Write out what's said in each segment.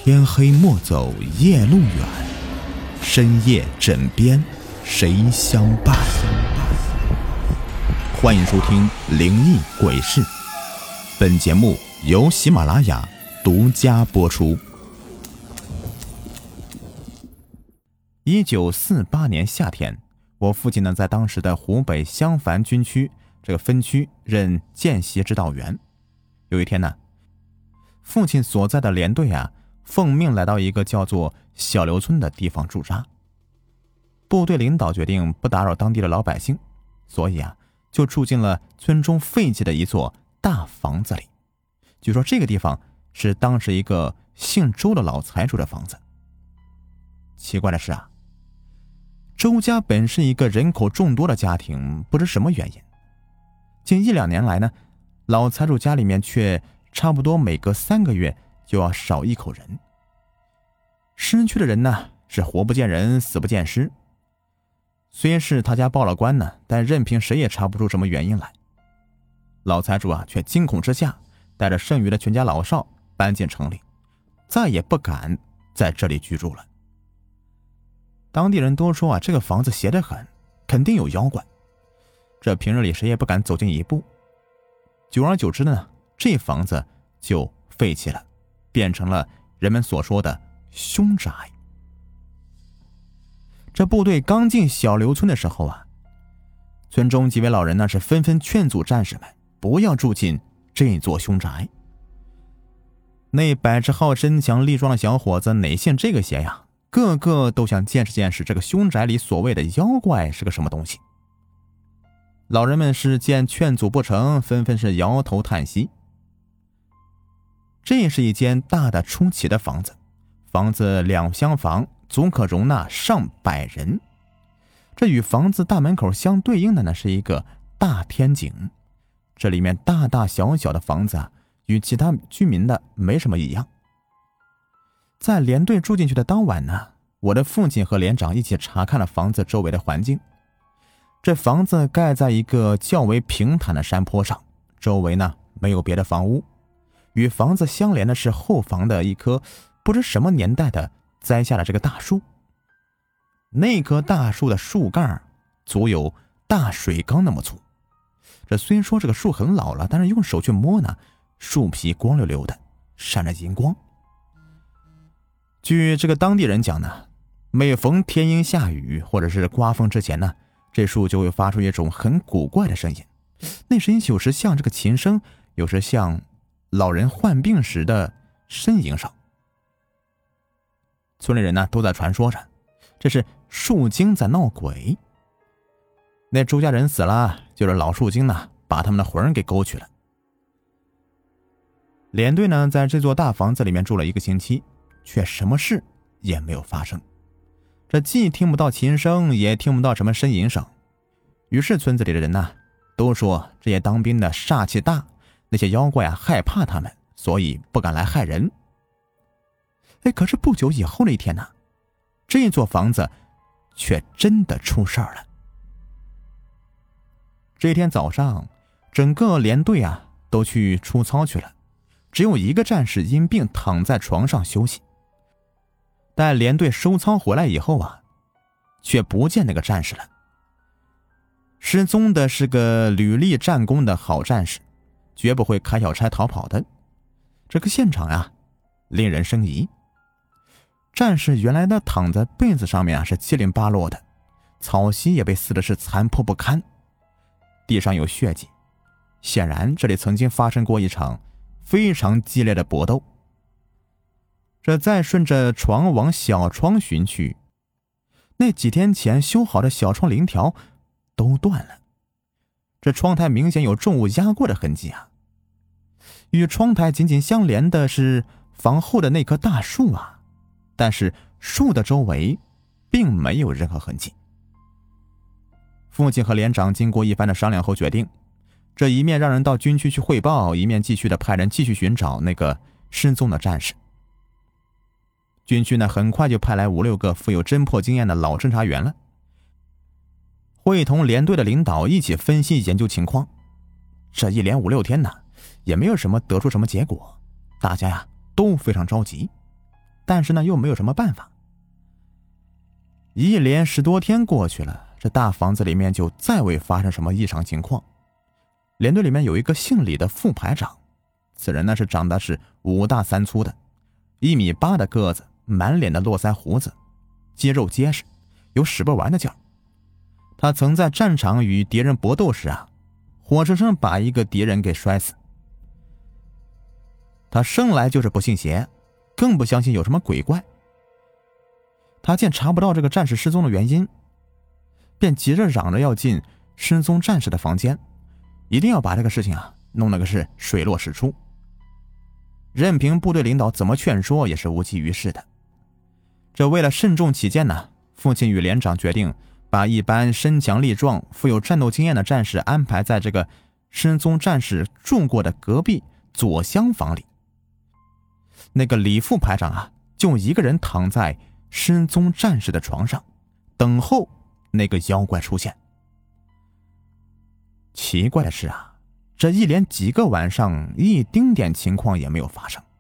天黑莫走夜路远，深夜枕边谁相伴？欢迎收听灵异鬼事，本节目由喜马拉雅独家播出。1948年夏天，我父亲呢在当时的湖北襄樊军区这个分区任见习指导员。有一天呢，父亲所在的连队奉命来到一个叫做小刘村的地方驻扎。部队领导决定不打扰当地的老百姓，所以就住进了村中废弃的一座大房子里。据说这个地方是当时一个姓周的老财主的房子。奇怪的是周家本是一个人口众多的家庭，不知什么原因，近1-2年来呢，老财主家里面却差不多每隔3个月就要少一口人。失去的人呢，是活不见人，死不见尸。虽是他家报了官呢，但任凭谁也查不出什么原因来。老财主却惊恐之下，带着剩余的全家老少搬进城里，再也不敢在这里居住了。当地人都说这个房子邪得很，肯定有妖怪，这平日里谁也不敢走近一步。久而久之呢，这房子就废弃了，变成了人们所说的凶宅。这部队刚进小刘村的时候村中几位老人呢是纷纷劝阻战士们不要住进这座凶宅。那百只好身强力壮的小伙子哪信这个邪个个都想见识见识这个凶宅里所谓的妖怪是个什么东西。老人们是见劝阻不成，纷纷是摇头叹息。这是一间大的出奇的房子，房子2厢房，足可容纳上百人。这与房子大门口相对应的呢是一个大天井，这里面大大小小的房子与其他居民的没什么一样。在连队住进去的当晚呢，我的父亲和连长一起查看了房子周围的环境。这房子盖在一个较为平坦的山坡上，周围呢没有别的房屋，与房子相连的是后房的一棵不知什么年代的栽下了这个大树。那棵大树的树干足有大水缸那么粗。这虽说这个树很老了，但是用手去摸呢，树皮光溜溜的，闪着银光。据这个当地人讲呢，每逢天阴下雨或者是刮风之前呢，这树就会发出一种很古怪的声音，那声音有时像这个琴声，有时像老人患病时的呻吟声。村里人呢都在传说着，这是树精在闹鬼。那周家人死了，就是老树精呢把他们的魂给勾去了。连队呢在这座大房子里面住了1个星期，却什么事也没有发生。这既听不到琴声，也听不到什么呻吟声。于是村子里的人呢都说这些当兵的煞气大，那些妖怪害怕他们，所以不敢来害人。可是不久以后的一天呢，这座房子却真的出事儿了。这天早上，整个连队都去出操去了，只有1个战士因病躺在床上休息。待连队收操回来以后却不见那个战士了。失踪的是个屡立战功的好战士，绝不会开小差逃跑的。这个现场令人生疑。战士原来的躺在被子上面是七零八落的，草席也被撕的是残破不堪，地上有血迹，显然这里曾经发生过一场非常激烈的搏斗。这再顺着床往小窗寻去，那几天前修好的小窗棂条都断了，这窗台明显有重物压过的痕迹与窗台紧紧相连的是房后的那棵大树但是树的周围并没有任何痕迹。父亲和连长经过一番的商量后决定，这一面让人到军区去汇报，一面继续的派人继续寻找那个失踪的战士。军区呢很快就派来5-6个富有侦破经验的老侦查员了，会同连队的领导一起分析研究情况。这一连5-6天呢，也没有什么得出什么结果，大家都非常着急。 但是呢又没有什么办法。一连10多天过去了，这大房子里面就再未发生什么异常情况。连队里面有一个姓李的副排长，此人呢是长得是5大3粗的，1.8米的个子，满脸的络腮胡子，肌肉结实，有使不完的劲儿。他曾在战场与敌人搏斗时活生生把一个敌人给摔死。他生来就是不信邪，更不相信有什么鬼怪。他见查不到这个战士失踪的原因，便急着嚷着要进失踪战士的房间，一定要把这个事情弄了个是水落石出。任凭部队领导怎么劝说也是无济于事的。这为了慎重起见呢，父亲与连长决定把一般身强力壮、富有战斗经验的战士安排在这个失踪战士住过的隔壁左厢房里。那个李副排长就一个人躺在失踪战士的床上，等候那个妖怪出现。奇怪的是这一连几个晚上一丁点情况也没有发生。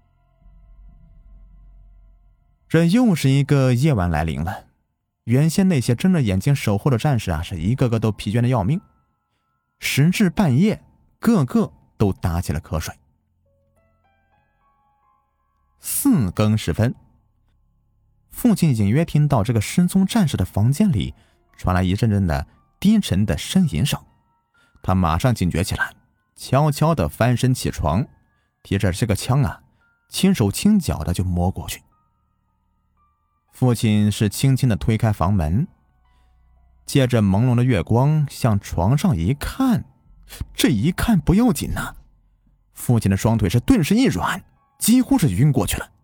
这又是一个夜晚来临了，原先那些睁着眼睛守候的战士是一个个都疲倦的要命，时至半夜，个个都打起了瞌睡。4更时分，父亲隐约听到这个失踪战士的房间里传来一阵阵的低沉的呻吟声，他马上警觉起来，悄悄地翻身起床，提着这个枪轻手轻脚的就摸过去。父亲是轻轻地推开房门，借着朦胧的月光向床上一看，这一看不要紧父亲的双腿是顿时一软，几乎是晕过去了。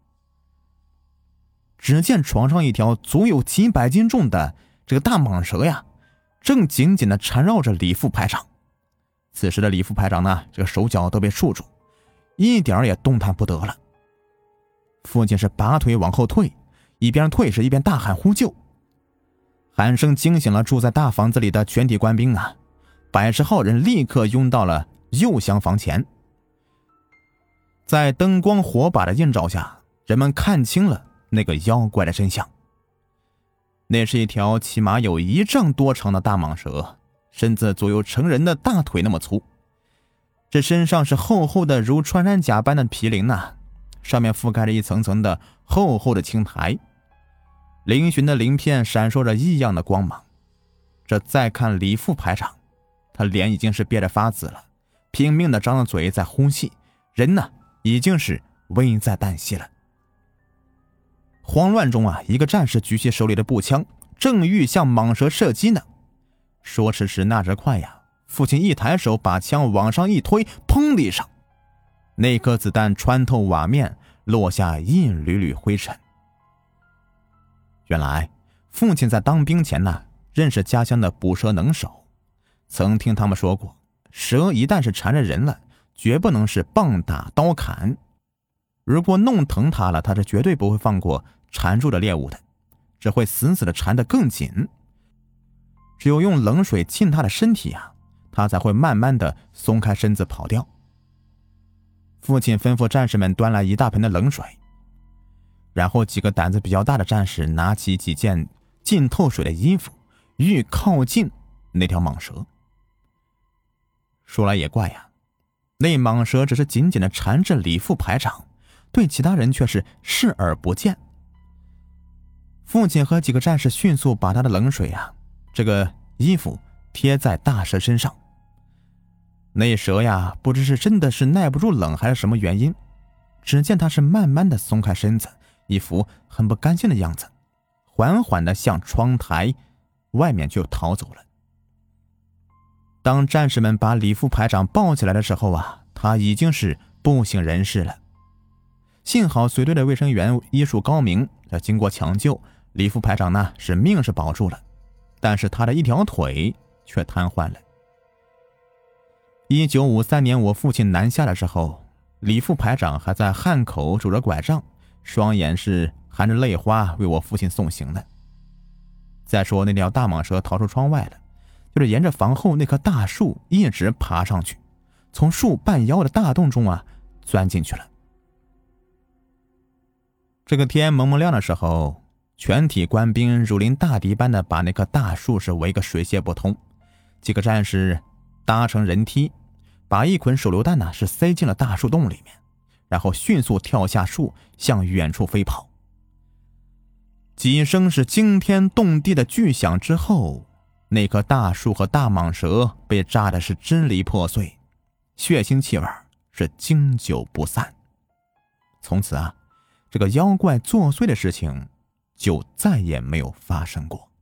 只见床上一条足有几百斤重的这个大蟒蛇正紧紧地缠绕着李副排长。此时的李副排长呢，这个手脚都被束住，一点也动弹不得了。父亲是拔腿往后退，一边退是一边大喊呼救。喊声惊醒了住在大房子里的全体官兵，100号人立刻拥到了右厢房前。在灯光火把的映照下，人们看清了那个妖怪的真相。那是一条起码有1丈多长的大蟒蛇，身子足有成人的大腿那么粗。这身上是厚厚的如穿山甲般的皮鳞上面覆盖着一层层的厚厚的青苔，嶙峋的鳞片闪烁着异样的光芒。这再看李副排长，他脸已经是憋得发紫了，拼命地张着嘴在呼吸，人已经是危在旦夕了。慌乱中一个战士举起手里的步枪，正欲向蟒蛇射击呢。说时迟那时快父亲一抬手把枪往上一推，砰的一声，那颗子弹穿透瓦面，落下一缕缕灰尘。原来父亲在当兵前认识家乡的捕蛇能手，曾听他们说过，蛇一旦是缠着人了，绝不能是棒打刀砍，如果弄疼它了，它是绝对不会放过缠住的猎物的，只会死死的缠得更紧。只有用冷水浸它的身体它才会慢慢的松开身子跑掉。父亲吩咐战士们端来一大盆的冷水，然后几个胆子比较大的战士拿起几件浸透水的衣服，欲靠近那条蟒蛇。说来也怪那蟒蛇只是紧紧地缠着李副排长，对其他人却是视而不见。父亲和几个战士迅速把他的冷水这个衣服贴在大蛇身上。那蛇不知是真的是耐不住冷还是什么原因，只见他是慢慢的松开身子，一副很不甘心的样子，缓缓的向窗台外面就逃走了。当战士们把李副排长抱起来的时候他已经是不省人事了。幸好随队的卫生员医术高明，经过抢救，李副排长呢是命是保住了，但是他的一条腿却瘫痪了。1953年我父亲南下的时候，李副排长还在汉口拄着拐杖，双眼是含着泪花为我父亲送行的。再说那条大蟒蛇逃出窗外了，就是沿着房后那棵大树一直爬上去，从树半腰的大洞中钻进去了。 这个天蒙蒙亮的时候，全体官兵如临大敌般的把那棵大树是围个水泄不通。几个战士搭成人梯，把一捆手榴弹是塞进了大树洞里面，然后迅速跳下树向远处飞跑。几声是惊天动地的巨响之后，那棵大树和大蟒蛇被炸的是支离破碎，血腥气味是经久不散。从此这个妖怪作祟的事情就再也没有发生过。